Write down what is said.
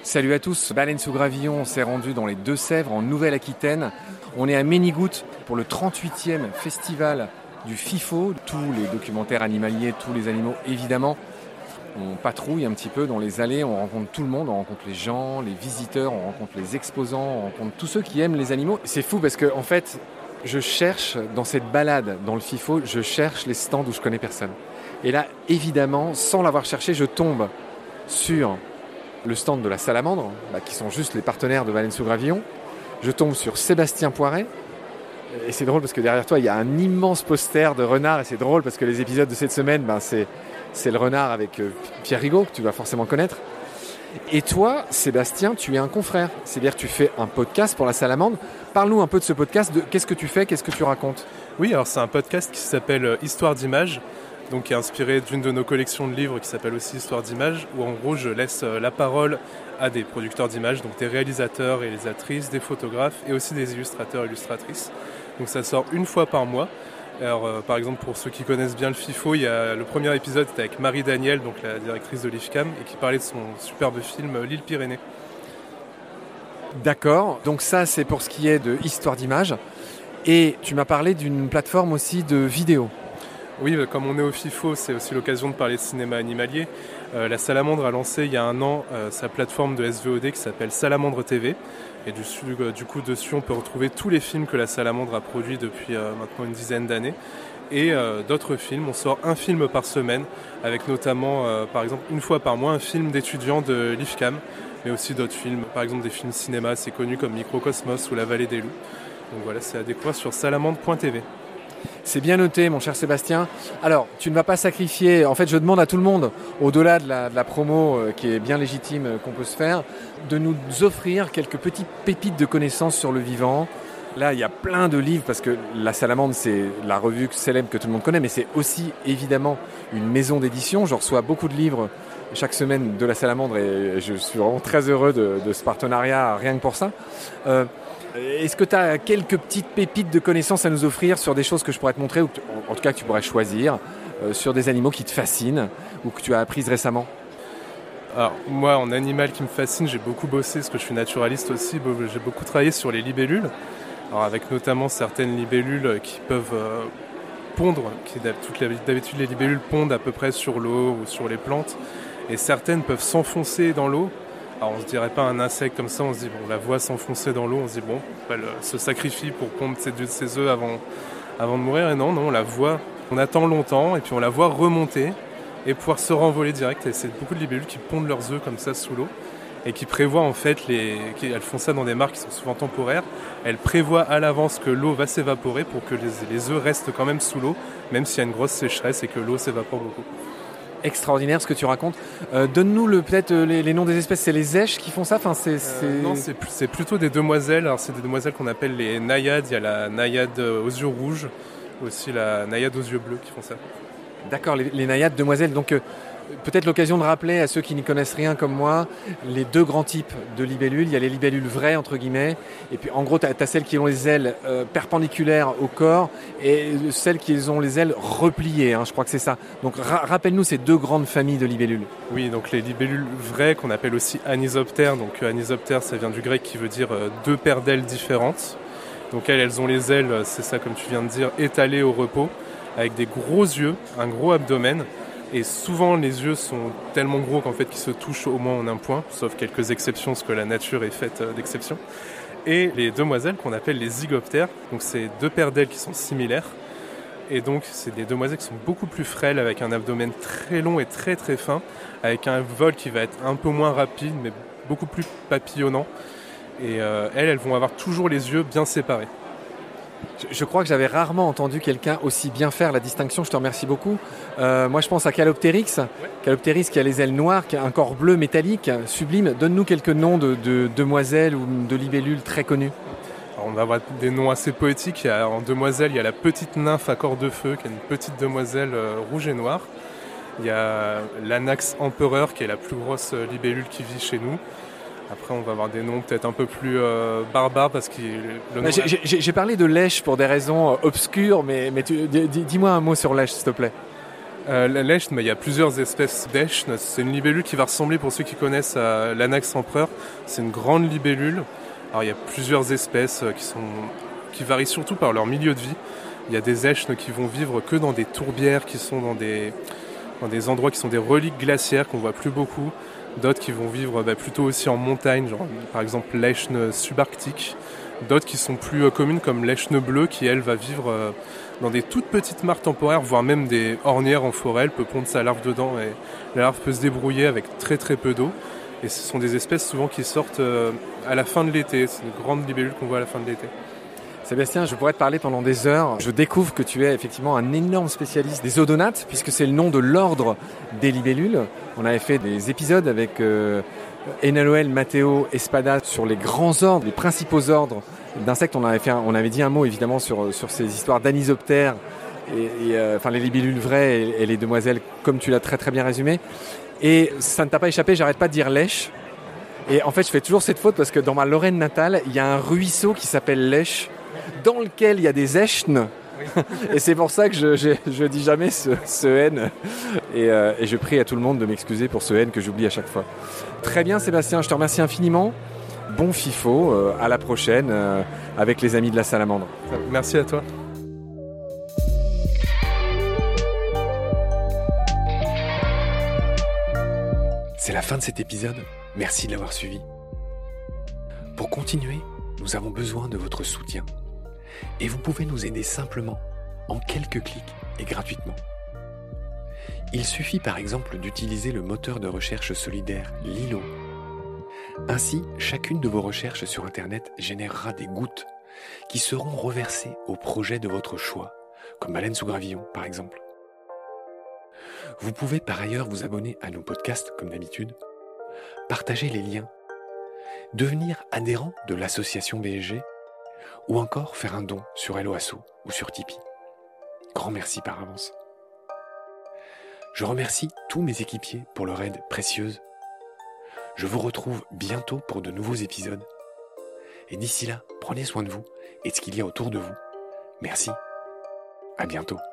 Salut à tous, Baleine sous Gravillon s'est rendu dans les Deux-Sèvres, en Nouvelle-Aquitaine. On est à Ménigoutte pour le 38e festival du FIFO. Tous les documentaires animaliers, tous les animaux évidemment. On patrouille un petit peu dans les allées, on rencontre tout le monde, on rencontre les gens, les visiteurs, on rencontre les exposants, on rencontre tous ceux qui aiment les animaux. C'est fou parce que en fait, je cherche dans cette balade dans le FIFO, je cherche les stands où je connais personne. Et là, évidemment, sans l'avoir cherché, je tombe sur le stand de la Salamandre, qui sont juste les partenaires de Baleine sous Gravillon. Je tombe sur Sébastien Poiret. Et c'est drôle parce que derrière toi, il y a un immense poster de renard. Et c'est drôle parce que les épisodes de cette semaine, c'est le renard avec Pierre Rigaud, que tu vas forcément connaître. Et toi, Sébastien, tu es un confrère. C'est-à-dire que tu fais un podcast pour la Salamandre. Parle-nous un peu de ce podcast. Qu'est-ce que tu fais ? Qu'est-ce que tu racontes ? Oui, alors c'est un podcast qui s'appelle Histoire d'images. Donc qui est inspiré d'une de nos collections de livres qui s'appelle aussi Histoire d'images, où en gros je laisse la parole à des producteurs d'images, donc des réalisateurs, réalisatrices, des photographes et aussi des illustrateurs, illustratrices. Donc ça sort une fois par mois. Alors par exemple pour ceux qui connaissent bien le FIFO, il y a le premier épisode c'était avec Marie Daniel, donc la directrice de l'IFCAM, et qui parlait de son superbe film L'île Pyrénées. D'accord, donc ça c'est pour ce qui est de Histoire d'images. Et tu m'as parlé d'une plateforme aussi de vidéo. Oui, comme on est au FIFO, c'est aussi l'occasion de parler de cinéma animalier. La Salamandre a lancé il y a un an sa plateforme de SVOD qui s'appelle Salamandre TV. Et du coup, dessus, on peut retrouver tous les films que la Salamandre a produits depuis maintenant une dizaine d'années. Et d'autres films. On sort un film par semaine, avec notamment, par exemple, une fois par mois, un film d'étudiants de l'IFCAM, mais aussi d'autres films, par exemple des films cinéma assez connus comme Microcosmos ou La Vallée des Loups. Donc voilà, c'est à découvrir sur salamandre.tv. C'est bien noté, mon cher Sébastien. Alors, tu ne vas pas sacrifier... En fait, je demande à tout le monde, au-delà de la promo qui est bien légitime qu'on peut se faire, de nous offrir quelques petites pépites de connaissances sur le vivant. Là, il y a plein de livres, parce que La Salamandre, c'est la revue célèbre que tout le monde connaît, mais c'est aussi, évidemment, une maison d'édition. Je reçois beaucoup de livres chaque semaine de La Salamandre et je suis vraiment très heureux de ce partenariat, rien que pour ça. Est-ce que tu as quelques petites pépites de connaissances à nous offrir sur des choses que je pourrais te montrer, ou en tout cas que tu pourrais choisir, sur des animaux qui te fascinent ou que tu as apprises récemment ? Alors moi, en animal qui me fascine, j'ai beaucoup bossé, parce que je suis naturaliste aussi, j'ai beaucoup travaillé sur les libellules. Alors avec notamment certaines libellules qui peuvent pondre, d'habitude les libellules pondent à peu près sur l'eau ou sur les plantes, et certaines peuvent s'enfoncer dans l'eau. Alors on ne se dirait pas un insecte comme ça, on se dit, on la voit s'enfoncer dans l'eau, on se dit, elle se sacrifie pour pondre ses œufs avant de mourir, et non, on la voit, on attend longtemps, et puis on la voit remonter, et pouvoir se renvoler direct, et c'est beaucoup de libellules qui pondent leurs œufs comme ça sous l'eau, et qui prévoient en fait, elles font ça dans des mares qui sont souvent temporaires, elles prévoient à l'avance que l'eau va s'évaporer pour que les œufs restent quand même sous l'eau, même s'il y a une grosse sécheresse et que l'eau s'évapore beaucoup. Extraordinaire ce que tu racontes. Donne-nous peut-être les noms des espèces. C'est les èches qui font ça ? Non, c'est plutôt des demoiselles. Alors, c'est des demoiselles qu'on appelle les naïades. Il y a la naïade aux yeux rouges, aussi la naïade aux yeux bleus qui font ça. D'accord, les naïades demoiselles. Donc peut-être l'occasion de rappeler à ceux qui n'y connaissent rien comme moi les deux grands types de libellules. Il y a les libellules vraies, entre guillemets, et puis en gros tu as celles qui ont les ailes perpendiculaires au corps et celles qui ont les ailes repliées, je crois que c'est ça. Donc rappelle-nous ces deux grandes familles de libellules. Oui, donc les libellules vraies qu'on appelle aussi anisoptères. Donc anisoptère, ça vient du grec qui veut dire deux paires d'ailes différentes. Donc elles ont les ailes, c'est ça comme tu viens de dire, étalées au repos, avec des gros yeux, un gros abdomen. Et souvent, les yeux sont tellement gros qu'en fait, qu'ils se touchent au moins en un point, sauf quelques exceptions, parce que la nature est faite d'exceptions. Et les demoiselles qu'on appelle les zygoptères, donc c'est deux paires d'ailes qui sont similaires. Et donc, c'est des demoiselles qui sont beaucoup plus frêles, avec un abdomen très long et très très fin, avec un vol qui va être un peu moins rapide, mais beaucoup plus papillonnant. Et elles vont avoir toujours les yeux bien séparés. Je crois que j'avais rarement entendu quelqu'un aussi bien faire la distinction, je te remercie beaucoup. Moi je pense à Caloptérix, ouais. Caloptérix qui a les ailes noires, qui a un corps bleu métallique, sublime. Donne-nous quelques noms de demoiselles ou de libellules très connues. Alors, on va avoir des noms assez poétiques. En demoiselle, il y a la petite nymphe à corps de feu, qui est une petite demoiselle rouge et noire. Il y a l'Anax empereur, qui est la plus grosse libellule qui vit chez nous. Après, on va avoir des noms peut-être un peu plus barbares parce que... J'ai parlé de lèche pour des raisons obscures, mais dis-moi un mot sur lèche, s'il te plaît. La lèche, mais il y a plusieurs espèces d'èchne. C'est une libellule qui va ressembler, pour ceux qui connaissent, à l'Anax empereur. C'est une grande libellule. Alors il y a plusieurs espèces qui varient surtout par leur milieu de vie. Il y a des èchnes qui vont vivre que dans des tourbières, qui sont dans des endroits qui sont des reliques glaciaires qu'on voit plus beaucoup. D'autres qui vont vivre plutôt aussi en montagne, genre par exemple l'èchne subarctique. D'autres qui sont plus communes comme l'èchne bleue qui elle va vivre dans des toutes petites mares temporaires, voire même des ornières en forêt. Elle peut pondre sa larve dedans et la larve peut se débrouiller avec très très peu d'eau. Et ce sont des espèces souvent qui sortent à la fin de l'été. C'est une grande libellule qu'on voit à la fin de l'été. Sébastien, je pourrais te parler pendant des heures. Je découvre que tu es effectivement un énorme spécialiste des odonates, puisque c'est le nom de l'ordre des libellules. On avait fait des épisodes avec Enaloel, Matteo, Espada sur les grands ordres, les principaux ordres d'insectes. On avait dit un mot évidemment sur ces histoires d'anisoptères, enfin les libellules vraies et les demoiselles, comme tu l'as très très bien résumé. Et ça ne t'a pas échappé, j'arrête pas de dire lèche. Et en fait, je fais toujours cette faute parce que dans ma Lorraine natale, il y a un ruisseau qui s'appelle Lèche, dans lequel il y a des èchnes. Oui. Et c'est pour ça que je dis jamais ce N. Et je prie à tout le monde de m'excuser pour ce N que j'oublie à chaque fois. Très bien, Sébastien, je te remercie infiniment. Bon FIFO, à la prochaine avec les amis de la Salamandre. Merci à toi. C'est la fin de cet épisode. Merci de l'avoir suivi. Pour continuer, nous avons besoin de votre soutien. Et vous pouvez nous aider simplement, en quelques clics et gratuitement. Il suffit par exemple d'utiliser le moteur de recherche solidaire Lilo. Ainsi, chacune de vos recherches sur Internet générera des gouttes qui seront reversées au projet de votre choix, comme Baleine sous gravillon par exemple. Vous pouvez par ailleurs vous abonner à nos podcasts comme d'habitude, partager les liens, devenir adhérent de l'association BSG ou encore faire un don sur Helloasso ou sur Tipeee. Grand merci par avance. Je remercie tous mes équipiers pour leur aide précieuse. Je vous retrouve bientôt pour de nouveaux épisodes. Et d'ici là, prenez soin de vous et de ce qu'il y a autour de vous. Merci. À bientôt.